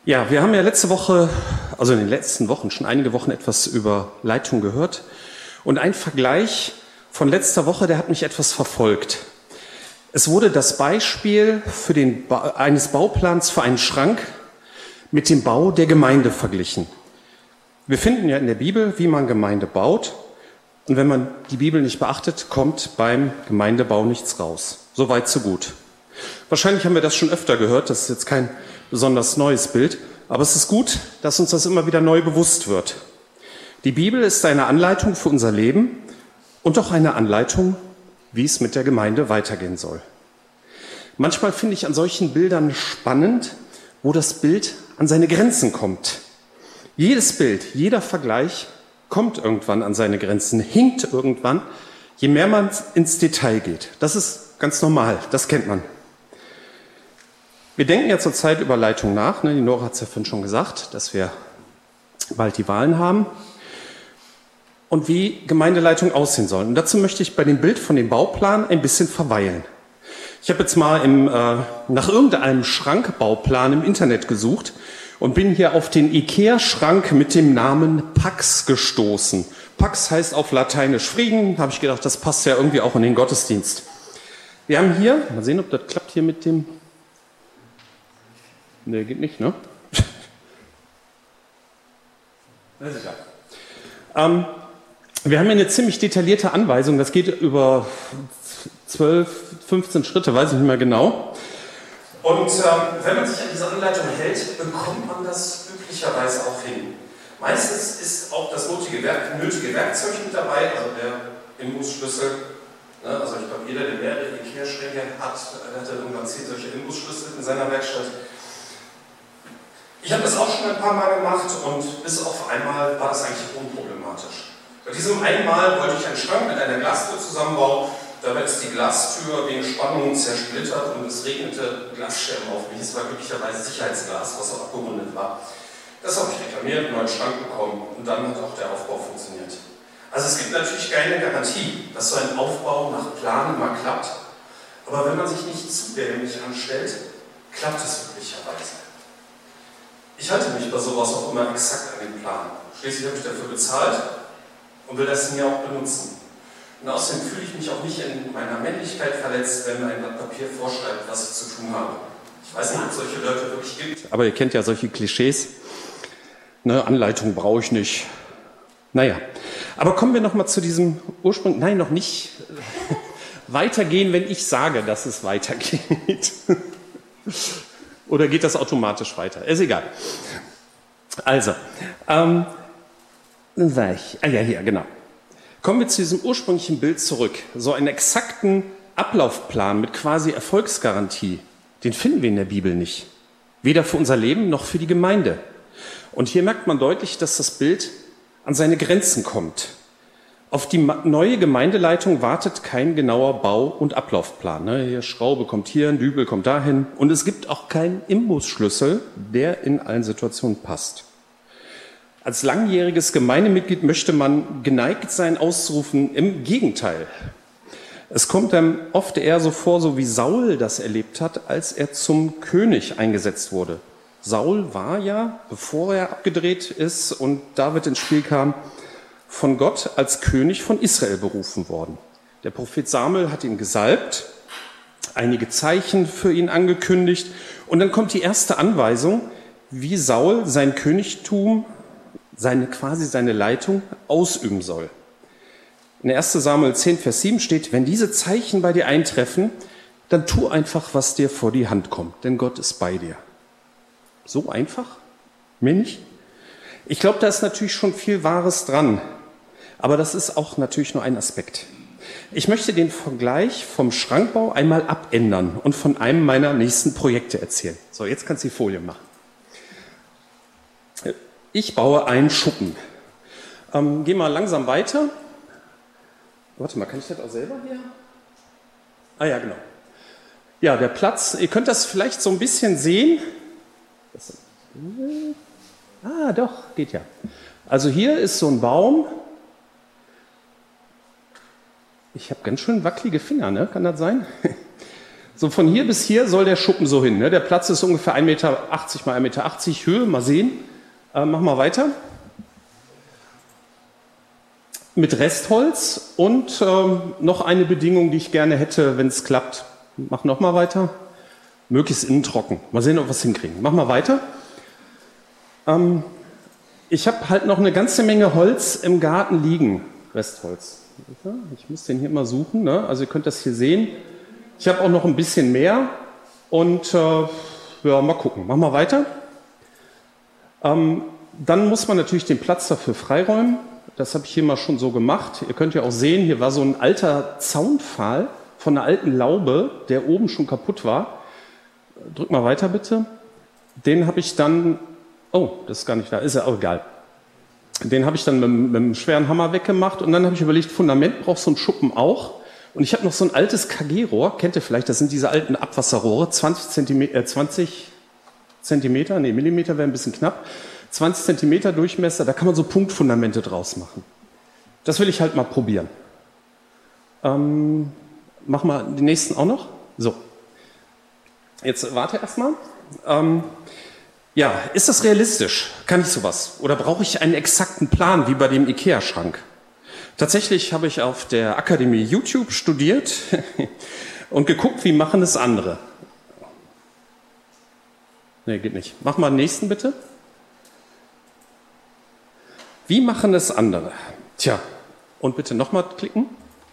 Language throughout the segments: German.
Ja, wir haben ja letzte Woche, also in den letzten Wochen, schon einige Wochen etwas über Leitung gehört. Und ein Vergleich von letzter Woche, der hat mich etwas verfolgt. Es wurde das Beispiel eines Bauplans für einen Schrank mit dem Bau der Gemeinde verglichen. Wir finden ja in der Bibel, wie man Gemeinde baut. Und wenn man die Bibel nicht beachtet, kommt beim Gemeindebau nichts raus. So weit, so gut. Wahrscheinlich haben wir das schon öfter gehört. Das ist jetzt kein besonders neues Bild. Aber es ist gut, dass uns das immer wieder neu bewusst wird. Die Bibel ist eine Anleitung für unser Leben und auch eine Anleitung, wie es mit der Gemeinde weitergehen soll. Manchmal finde ich an solchen Bildern spannend, wo das Bild an seine Grenzen kommt. Jedes Bild, jeder Vergleich kommt irgendwann an seine Grenzen, hinkt irgendwann, je mehr man ins Detail geht. Das ist ganz normal, das kennt man. Wir denken ja zurzeit über Leitung nach. Die Nora hat es ja vorhin schon gesagt, dass wir bald die Wahlen haben. Und wie Gemeindeleitung aussehen soll. Und dazu möchte ich bei dem Bild von dem Bauplan ein bisschen verweilen. Ich habe jetzt mal nach irgendeinem Schrankbauplan im Internet gesucht und bin hier auf den IKEA-Schrank mit dem Namen Pax gestoßen. Pax heißt auf Lateinisch Frieden. Da habe ich gedacht, das passt ja irgendwie auch in den Gottesdienst. Wir haben hier, mal sehen, ob das klappt hier mit dem... Ne, geht nicht, ne? Das ist egal. Wir haben hier eine ziemlich detaillierte Anweisung, das geht über 12, 15 Schritte, weiß ich nicht mehr genau. Und wenn man sich an diese Anleitung hält, bekommt man das üblicherweise auch hin. Meistens ist auch das nötige Werkzeug mit dabei, also der Imbusschlüssel. Ne? Also ich glaube, jeder, der mehrere IKEA-Schränke hat, der hatte irgendwann 10 solche Imbusschlüssel in seiner Werkstatt. Ich habe das auch schon ein paar Mal gemacht und bis auf einmal war das eigentlich unproblematisch. Bei diesem einmal wollte ich einen Schrank mit einer Glastür zusammenbauen. Dabei ist die Glastür wegen Spannungen zersplittert und es regnete Glasscherben auf mich. Es war glücklicherweise Sicherheitsglas, was auch abgerundet war. Das habe ich reklamiert, einen neuen Schrank bekommen und dann hat auch der Aufbau funktioniert. Also es gibt natürlich keine Garantie, dass so ein Aufbau nach Plan immer klappt. Aber wenn man sich nicht zu dämlich anstellt, klappt es glücklicherweise. Ich halte mich bei sowas auch immer exakt an den Plan. Schließlich habe ich dafür bezahlt und will das mir auch benutzen. Und außerdem fühle ich mich auch nicht in meiner Männlichkeit verletzt, wenn mir ein Blatt Papier vorschreibt, was ich zu tun habe. Ich weiß nicht, ob es solche Leute wirklich gibt. Aber ihr kennt ja solche Klischees. Ne, Anleitung brauche ich nicht. Naja, aber kommen wir nochmal zu diesem Ursprung. Nein, noch nicht weitergehen, wenn ich sage, dass es weitergeht. Oder geht das automatisch weiter? Ist egal. Also, hier, genau. Kommen wir zu diesem ursprünglichen Bild zurück. So einen exakten Ablaufplan mit quasi Erfolgsgarantie, den finden wir in der Bibel nicht. Weder für unser Leben noch für die Gemeinde. Und hier merkt man deutlich, dass das Bild an seine Grenzen kommt. Auf die neue Gemeindeleitung wartet kein genauer Bau- und Ablaufplan. Hier Schraube kommt hier, ein Dübel kommt dahin. Und es gibt auch keinen Imbusschlüssel, der in allen Situationen passt. Als langjähriges Gemeindemitglied möchte man geneigt sein, auszurufen, im Gegenteil. Es kommt einem oft eher so vor, so wie Saul das erlebt hat, als er zum König eingesetzt wurde. Saul war ja, bevor er abgedreht ist und David ins Spiel kam, von Gott als König von Israel berufen worden. Der Prophet Samuel hat ihn gesalbt, einige Zeichen für ihn angekündigt und dann kommt die erste Anweisung, wie Saul sein Königtum, seine Leitung ausüben soll. In 1. Samuel 10, Vers 7 steht, wenn diese Zeichen bei dir eintreffen, dann tu einfach, was dir vor die Hand kommt, denn Gott ist bei dir. So einfach? Mir nicht? Ich glaube, da ist natürlich schon viel Wahres dran. Aber das ist auch natürlich nur ein Aspekt. Ich möchte den Vergleich vom Schrankbau einmal abändern und von einem meiner nächsten Projekte erzählen. So, jetzt kannst du die Folie machen. Ich baue einen Schuppen. Geh mal langsam weiter. Warte mal, kann ich das auch selber hier? Ah ja, genau. Ja, der Platz, ihr könnt das vielleicht so ein bisschen sehen. Doch, geht ja. Also hier ist so ein Baum. Ich habe ganz schön wackelige Finger, ne? Kann das sein? So von hier bis hier soll der Schuppen so hin. Ne? Der Platz ist ungefähr 1,80 Meter mal 1,80 Meter Höhe. Mal sehen. Mach mal weiter. Mit Restholz und noch eine Bedingung, die ich gerne hätte, wenn es klappt. Mach noch mal weiter. Möglichst innen trocken. Mal sehen, ob wir es hinkriegen. Mach mal weiter. Ich habe halt noch eine ganze Menge Holz im Garten liegen. Restholz. Ich muss den hier mal suchen. Ne? Also ihr könnt das hier sehen. Ich habe auch noch ein bisschen mehr. Und ja, mal gucken. Mach mal weiter. Dann muss man natürlich den Platz dafür freiräumen. Das habe ich hier mal schon so gemacht. Ihr könnt ja auch sehen, hier war so ein alter Zaunpfahl von einer alten Laube, der oben schon kaputt war. Drück mal weiter bitte. Den habe ich dann, oh, das ist gar nicht da, ist ja auch egal. Den habe ich dann mit einem schweren Hammer weggemacht und dann habe ich überlegt, Fundament braucht so ein Schuppen auch. Und ich habe noch so ein altes KG-Rohr, kennt ihr vielleicht, das sind diese alten Abwasserrohre, 20 Zentimeter, nee, Millimeter wäre ein bisschen knapp, 20 Zentimeter Durchmesser, da kann man so Punktfundamente draus machen. Das will ich halt mal probieren. Mach mal den nächsten auch noch. So. Jetzt warte erstmal. Ja, ist das realistisch? Kann ich sowas? Oder brauche ich einen exakten Plan, wie bei dem IKEA-Schrank? Tatsächlich habe ich auf der Akademie YouTube studiert und geguckt, wie machen es andere. Nee, geht nicht. Mach mal den nächsten bitte. Wie machen es andere? Tja, und bitte nochmal klicken.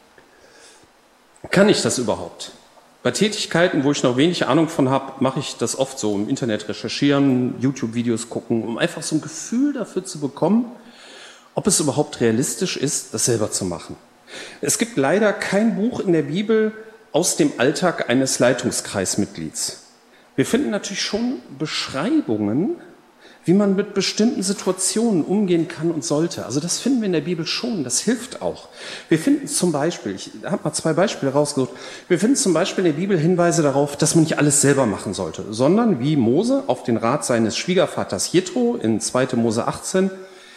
Kann ich das überhaupt? Bei Tätigkeiten, wo ich noch wenig Ahnung von habe, mache ich das oft so im Internet recherchieren, YouTube-Videos gucken, um einfach so ein Gefühl dafür zu bekommen, ob es überhaupt realistisch ist, das selber zu machen. Es gibt leider kein Buch in der Bibel aus dem Alltag eines Leitungskreismitglieds. Wir finden natürlich schon Beschreibungen, wie man mit bestimmten Situationen umgehen kann und sollte. Also das finden wir in der Bibel schon, das hilft auch. Wir finden zum Beispiel, ich habe mal 2 Beispiele rausgesucht, wir finden zum Beispiel in der Bibel Hinweise darauf, dass man nicht alles selber machen sollte, sondern wie Mose auf den Rat seines Schwiegervaters Jethro in 2. Mose 18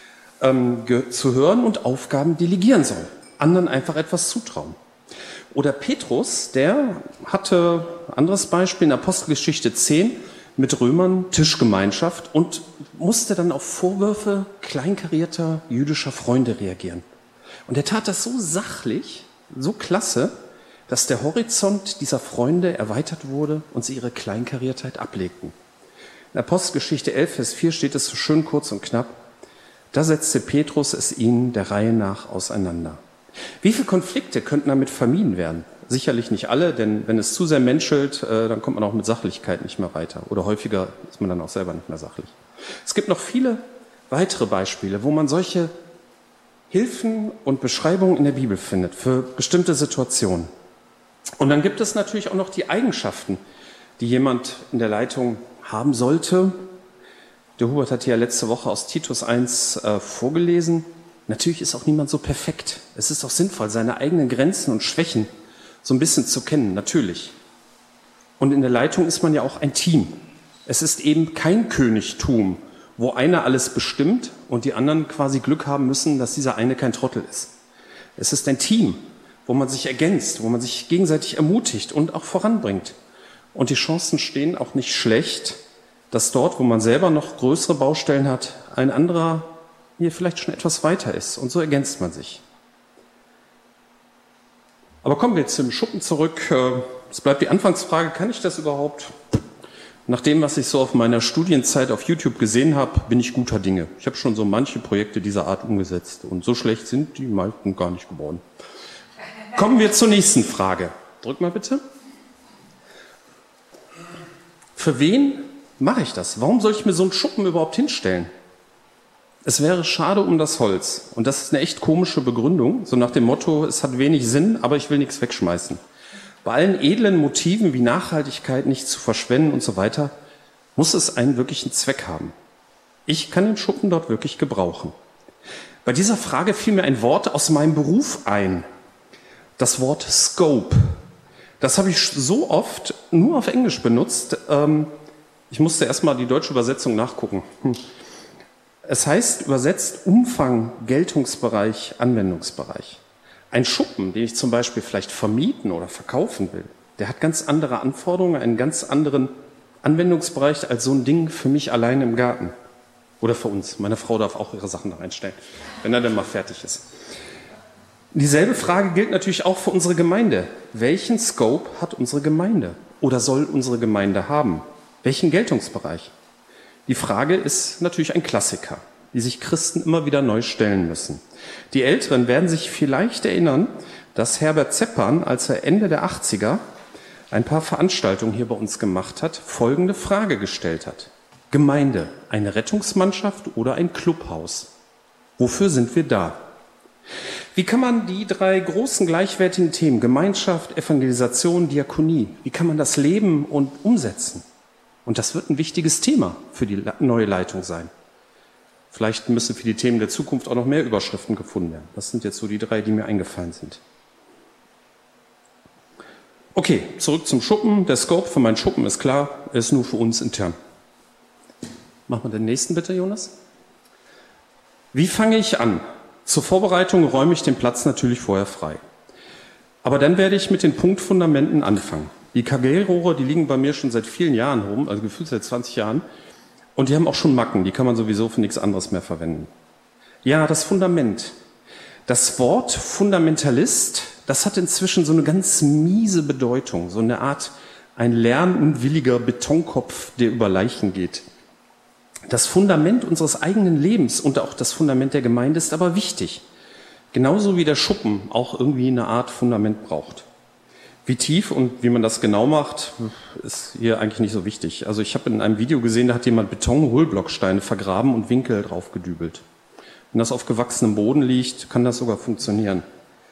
zu hören und Aufgaben delegieren soll, anderen einfach etwas zutrauen. Oder Petrus, der hatte, anderes Beispiel in Apostelgeschichte 10, mit Römern Tischgemeinschaft und musste dann auf Vorwürfe kleinkarierter jüdischer Freunde reagieren. Und er tat das so sachlich, so klasse, dass der Horizont dieser Freunde erweitert wurde und sie ihre Kleinkariertheit ablegten. In Apostelgeschichte 11, Vers 4 steht es so schön kurz und knapp: Da setzte Petrus es ihnen der Reihe nach auseinander. Wie viele Konflikte könnten damit vermieden werden? Sicherlich nicht alle, denn wenn es zu sehr menschelt, dann kommt man auch mit Sachlichkeit nicht mehr weiter. Oder häufiger ist man dann auch selber nicht mehr sachlich. Es gibt noch viele weitere Beispiele, wo man solche Hilfen und Beschreibungen in der Bibel findet für bestimmte Situationen. Und dann gibt es natürlich auch noch die Eigenschaften, die jemand in der Leitung haben sollte. Der Hubert hat ja letzte Woche aus Titus 1 vorgelesen. Natürlich ist auch niemand so perfekt. Es ist auch sinnvoll, seine eigenen Grenzen und Schwächen so ein bisschen zu kennen, natürlich. Und in der Leitung ist man ja auch ein Team. Es ist eben kein Königtum, wo einer alles bestimmt und die anderen quasi Glück haben müssen, dass dieser eine kein Trottel ist. Es ist ein Team, wo man sich ergänzt, wo man sich gegenseitig ermutigt und auch voranbringt. Und die Chancen stehen auch nicht schlecht, dass dort, wo man selber noch größere Baustellen hat, ein anderer hier vielleicht schon etwas weiter ist. Und so ergänzt man sich. Aber kommen wir jetzt zum Schuppen zurück. Es bleibt die Anfangsfrage, kann ich das überhaupt? Nach dem, was ich so auf meiner Studienzeit auf YouTube gesehen habe, bin ich guter Dinge. Ich habe schon so manche Projekte dieser Art umgesetzt und so schlecht sind die meisten gar nicht geworden. Kommen wir zur nächsten Frage. Drück mal bitte. Für wen mache ich das? Warum soll ich mir so einen Schuppen überhaupt hinstellen? Es wäre schade um das Holz. Und das ist eine echt komische Begründung, so nach dem Motto, es hat wenig Sinn, aber ich will nichts wegschmeißen. Bei allen edlen Motiven wie Nachhaltigkeit, nicht zu verschwenden und so weiter, muss es einen wirklichen Zweck haben. Ich kann den Schuppen dort wirklich gebrauchen. Bei dieser Frage fiel mir ein Wort aus meinem Beruf ein. Das Wort Scope. Das habe ich so oft nur auf Englisch benutzt. Ich musste erstmal die deutsche Übersetzung nachgucken. Es heißt übersetzt Umfang, Geltungsbereich, Anwendungsbereich. Ein Schuppen, den ich zum Beispiel vielleicht vermieten oder verkaufen will, der hat ganz andere Anforderungen, einen ganz anderen Anwendungsbereich als so ein Ding für mich alleine im Garten. Oder für uns. Meine Frau darf auch ihre Sachen da reinstellen, wenn er dann mal fertig ist. Dieselbe Frage gilt natürlich auch für unsere Gemeinde. Welchen Scope hat unsere Gemeinde? Oder soll unsere Gemeinde haben? Welchen Geltungsbereich? Die Frage ist natürlich ein Klassiker, die sich Christen immer wieder neu stellen müssen. Die Älteren werden sich vielleicht erinnern, dass Herbert Zeppern, als er Ende der 80er ein paar Veranstaltungen hier bei uns gemacht hat, folgende Frage gestellt hat. Gemeinde, eine Rettungsmannschaft oder ein Clubhaus? Wofür sind wir da? Wie kann man die drei großen gleichwertigen Themen, Gemeinschaft, Evangelisation, Diakonie, wie kann man das leben und umsetzen? Und das wird ein wichtiges Thema für die neue Leitung sein. Vielleicht müssen für die Themen der Zukunft auch noch mehr Überschriften gefunden werden. Das sind jetzt so die drei, die mir eingefallen sind. Okay, zurück zum Schuppen. Der Scope für meinen Schuppen ist klar, er ist nur für uns intern. Machen wir den nächsten bitte, Jonas. Wie fange ich an? Zur Vorbereitung räume ich den Platz natürlich vorher frei. Aber dann werde ich mit den Punktfundamenten anfangen. Die KG-Rohre, die liegen bei mir schon seit vielen Jahren rum, also gefühlt seit 20 Jahren. Und die haben auch schon Macken, die kann man sowieso für nichts anderes mehr verwenden. Ja, das Fundament. Das Wort Fundamentalist, das hat inzwischen so eine ganz miese Bedeutung, so eine Art ein lernunwilliger Betonkopf, der über Leichen geht. Das Fundament unseres eigenen Lebens und auch das Fundament der Gemeinde ist aber wichtig. Genauso wie der Schuppen auch irgendwie eine Art Fundament braucht. Wie tief und wie man das genau macht, ist hier eigentlich nicht so wichtig. Also ich habe in einem Video gesehen, da hat jemand Beton-Hohlblocksteine vergraben und Winkel drauf gedübelt. Wenn das auf gewachsenem Boden liegt, kann das sogar funktionieren.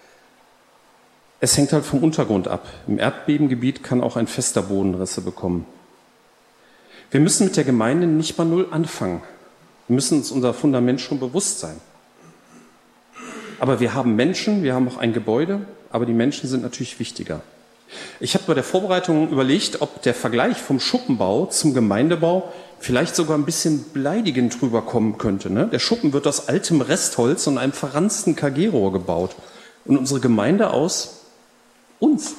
Es hängt halt vom Untergrund ab. Im Erdbebengebiet kann auch ein fester Boden Risse bekommen. Wir müssen mit der Gemeinde nicht bei Null anfangen. Wir müssen uns unser Fundament schon bewusst sein. Aber wir haben Menschen, wir haben auch ein Gebäude, aber die Menschen sind natürlich wichtiger. Ich habe bei der Vorbereitung überlegt, ob der Vergleich vom Schuppenbau zum Gemeindebau vielleicht sogar ein bisschen beleidigend rüberkommen könnte. Ne? Der Schuppen wird aus altem Restholz und einem verranzten KG-Rohr gebaut. Und unsere Gemeinde aus uns.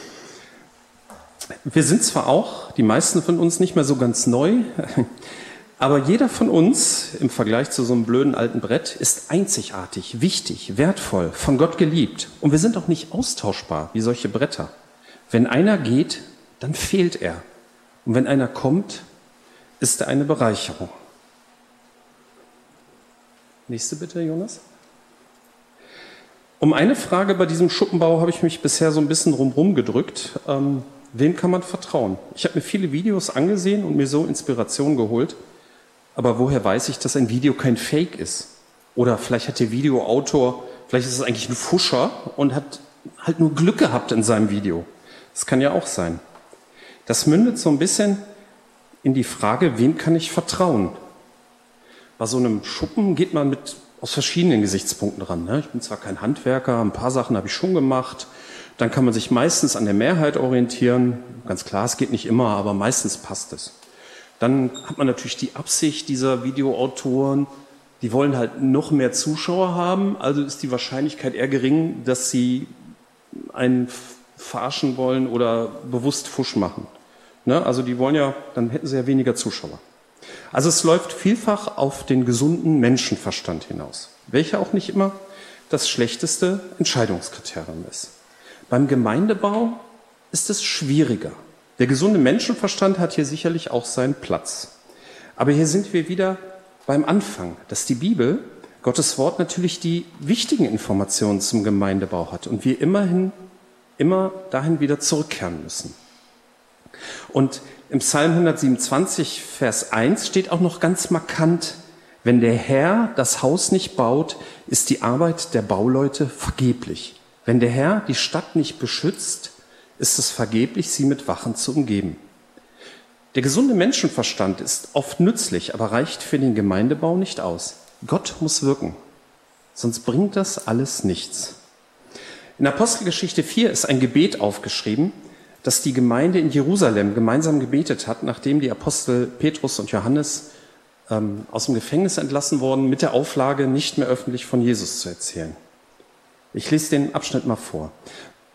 Wir sind zwar auch, die meisten von uns, nicht mehr so ganz neu, aber jeder von uns im Vergleich zu so einem blöden alten Brett ist einzigartig, wichtig, wertvoll, von Gott geliebt. Und wir sind auch nicht austauschbar wie solche Bretter. Wenn einer geht, dann fehlt er. Und wenn einer kommt, ist er eine Bereicherung. Nächste bitte, Jonas. Um eine Frage bei diesem Schuppenbau habe ich mich bisher so ein bisschen rumrum gedrückt. Wem kann man vertrauen? Ich habe mir viele Videos angesehen und mir so Inspiration geholt. Aber woher weiß ich, dass ein Video kein Fake ist? Oder vielleicht hat der Videoautor, vielleicht ist es eigentlich ein Pfuscher und hat halt nur Glück gehabt in seinem Video. Das kann ja auch sein. Das mündet so ein bisschen in die Frage, wem kann ich vertrauen? Bei so einem Schuppen geht man aus verschiedenen Gesichtspunkten ran. Ne? Ich bin zwar kein Handwerker, ein paar Sachen habe ich schon gemacht. Dann kann man sich meistens an der Mehrheit orientieren. Ganz klar, es geht nicht immer, aber meistens passt es. Dann hat man natürlich die Absicht dieser Videoautoren, die wollen halt noch mehr Zuschauer haben, also ist die Wahrscheinlichkeit eher gering, dass sie einen verarschen wollen oder bewusst Fusch machen. Ne? Also die wollen ja, dann hätten sie ja weniger Zuschauer. Also es läuft vielfach auf den gesunden Menschenverstand hinaus, welcher auch nicht immer das schlechteste Entscheidungskriterium ist. Beim Gemeindebau ist es schwieriger. Der gesunde Menschenverstand hat hier sicherlich auch seinen Platz. Aber hier sind wir wieder beim Anfang, dass die Bibel, Gottes Wort, natürlich die wichtigen Informationen zum Gemeindebau hat und wir immer dahin wieder zurückkehren müssen. Und im Psalm 127, Vers 1 steht auch noch ganz markant, wenn der Herr das Haus nicht baut, ist die Arbeit der Bauleute vergeblich. Wenn der Herr die Stadt nicht beschützt, ist es vergeblich, sie mit Wachen zu umgeben. Der gesunde Menschenverstand ist oft nützlich, aber reicht für den Gemeindebau nicht aus. Gott muss wirken, sonst bringt das alles nichts. In Apostelgeschichte 4 ist ein Gebet aufgeschrieben, das die Gemeinde in Jerusalem gemeinsam gebetet hat, nachdem die Apostel Petrus und Johannes aus dem Gefängnis entlassen wurden, mit der Auflage, nicht mehr öffentlich von Jesus zu erzählen. Ich lese den Abschnitt mal vor.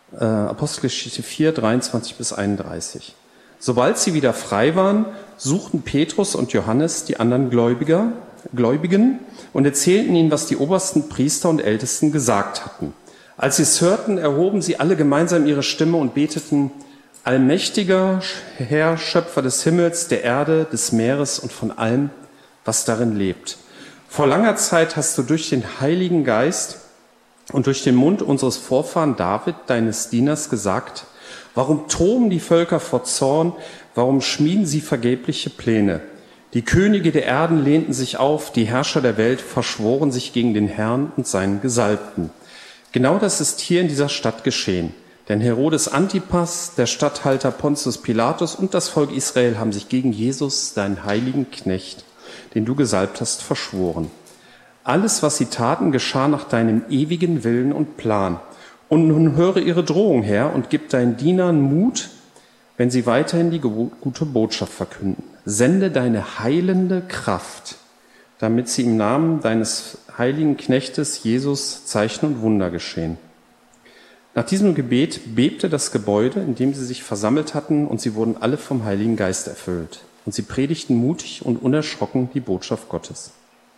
Apostelgeschichte 4, 23 bis 31. Sobald sie wieder frei waren, suchten Petrus und Johannes die anderen Gläubigen und erzählten ihnen, was die obersten Priester und Ältesten gesagt hatten. Als sie es hörten, erhoben sie alle gemeinsam ihre Stimme und beteten: Allmächtiger Herr, Schöpfer des Himmels, der Erde, des Meeres und von allem, was darin lebt. Vor langer Zeit hast du durch den Heiligen Geist und durch den Mund unseres Vorfahren David, deines Dieners, gesagt: Warum toben die Völker vor Zorn? Warum schmieden sie vergebliche Pläne? Die Könige der Erden lehnten sich auf, die Herrscher der Welt verschworen sich gegen den Herrn und seinen Gesalbten. Genau das ist hier in dieser Stadt geschehen. Denn Herodes Antipas, der Statthalter Pontius Pilatus und das Volk Israel haben sich gegen Jesus, deinen heiligen Knecht, den du gesalbt hast, verschworen. Alles, was sie taten, geschah nach deinem ewigen Willen und Plan. Und nun höre ihre Drohung her und gib deinen Dienern Mut, wenn sie weiterhin die gute Botschaft verkünden. Sende deine heilende Kraft, damit sie im Namen deines heiligen Knechtes Jesus Zeichen und Wunder geschehen. Nach diesem Gebet bebte das Gebäude, in dem sie sich versammelt hatten, und sie wurden alle vom Heiligen Geist erfüllt. Und sie predigten mutig und unerschrocken die Botschaft Gottes.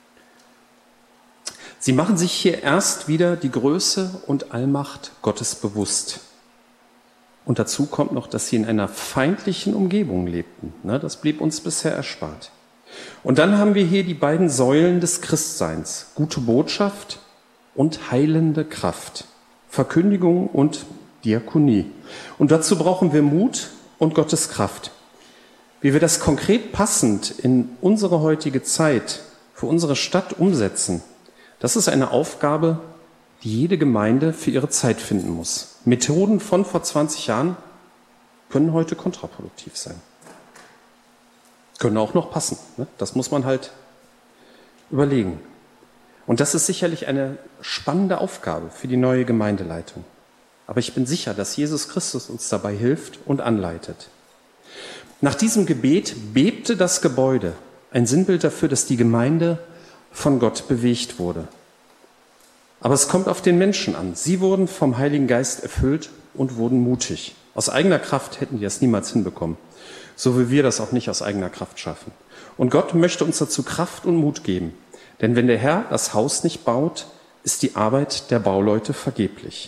Sie machen sich hier erst wieder die Größe und Allmacht Gottes bewusst. Und dazu kommt noch, dass sie in einer feindlichen Umgebung lebten. Das blieb uns bisher erspart. Und dann haben wir hier die beiden Säulen des Christseins: gute Botschaft und heilende Kraft, Verkündigung und Diakonie. Und dazu brauchen wir Mut und Gottes Kraft. Wie wir das konkret passend in unsere heutige Zeit für unsere Stadt umsetzen, das ist eine Aufgabe, die jede Gemeinde für ihre Zeit finden muss. Methoden von vor 20 Jahren können heute kontraproduktiv sein. Können auch noch passen. Das muss man halt überlegen. Und das ist sicherlich eine spannende Aufgabe für die neue Gemeindeleitung. Aber ich bin sicher, dass Jesus Christus uns dabei hilft und anleitet. Nach diesem Gebet bebte das Gebäude, ein Sinnbild dafür, dass die Gemeinde von Gott bewegt wurde. Aber es kommt auf den Menschen an. Sie wurden vom Heiligen Geist erfüllt und wurden mutig. Aus eigener Kraft hätten die das niemals hinbekommen. So wie wir das auch nicht aus eigener Kraft schaffen. Und Gott möchte uns dazu Kraft und Mut geben. Denn wenn der Herr das Haus nicht baut, ist die Arbeit der Bauleute vergeblich.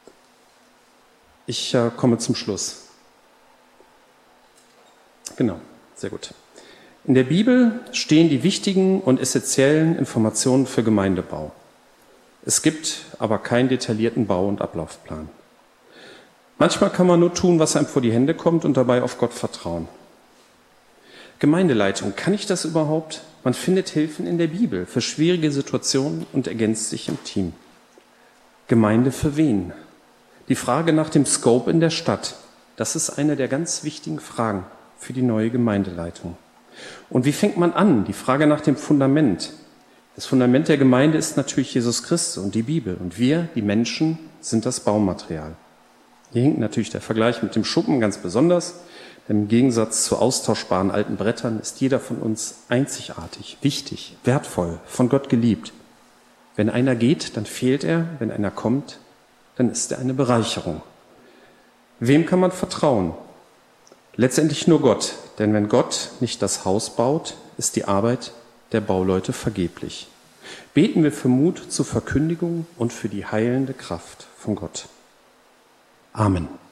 Ich komme zum Schluss. Genau, sehr gut. In der Bibel stehen die wichtigen und essentiellen Informationen für Gemeindebau. Es gibt aber keinen detaillierten Bau- und Ablaufplan. Manchmal kann man nur tun, was einem vor die Hände kommt und dabei auf Gott vertrauen. Gemeindeleitung, kann ich das überhaupt? Man findet Hilfen in der Bibel für schwierige Situationen und ergänzt sich im Team. Gemeinde für wen? Die Frage nach dem Scope in der Stadt, das ist eine der ganz wichtigen Fragen für die neue Gemeindeleitung. Und wie fängt man an? Die Frage nach dem Fundament. Das Fundament der Gemeinde ist natürlich Jesus Christus und die Bibel. Und wir, die Menschen, sind das Baumaterial. Hier hinkt natürlich der Vergleich mit dem Schuppen ganz besonders. Denn im Gegensatz zu austauschbaren alten Brettern ist jeder von uns einzigartig, wichtig, wertvoll, von Gott geliebt. Wenn einer geht, dann fehlt er. Wenn einer kommt, dann ist er eine Bereicherung. Wem kann man vertrauen? Letztendlich nur Gott. Denn wenn Gott nicht das Haus baut, ist die Arbeit der Bauleute vergeblich. Beten wir für Mut zur Verkündigung und für die heilende Kraft von Gott. Amen.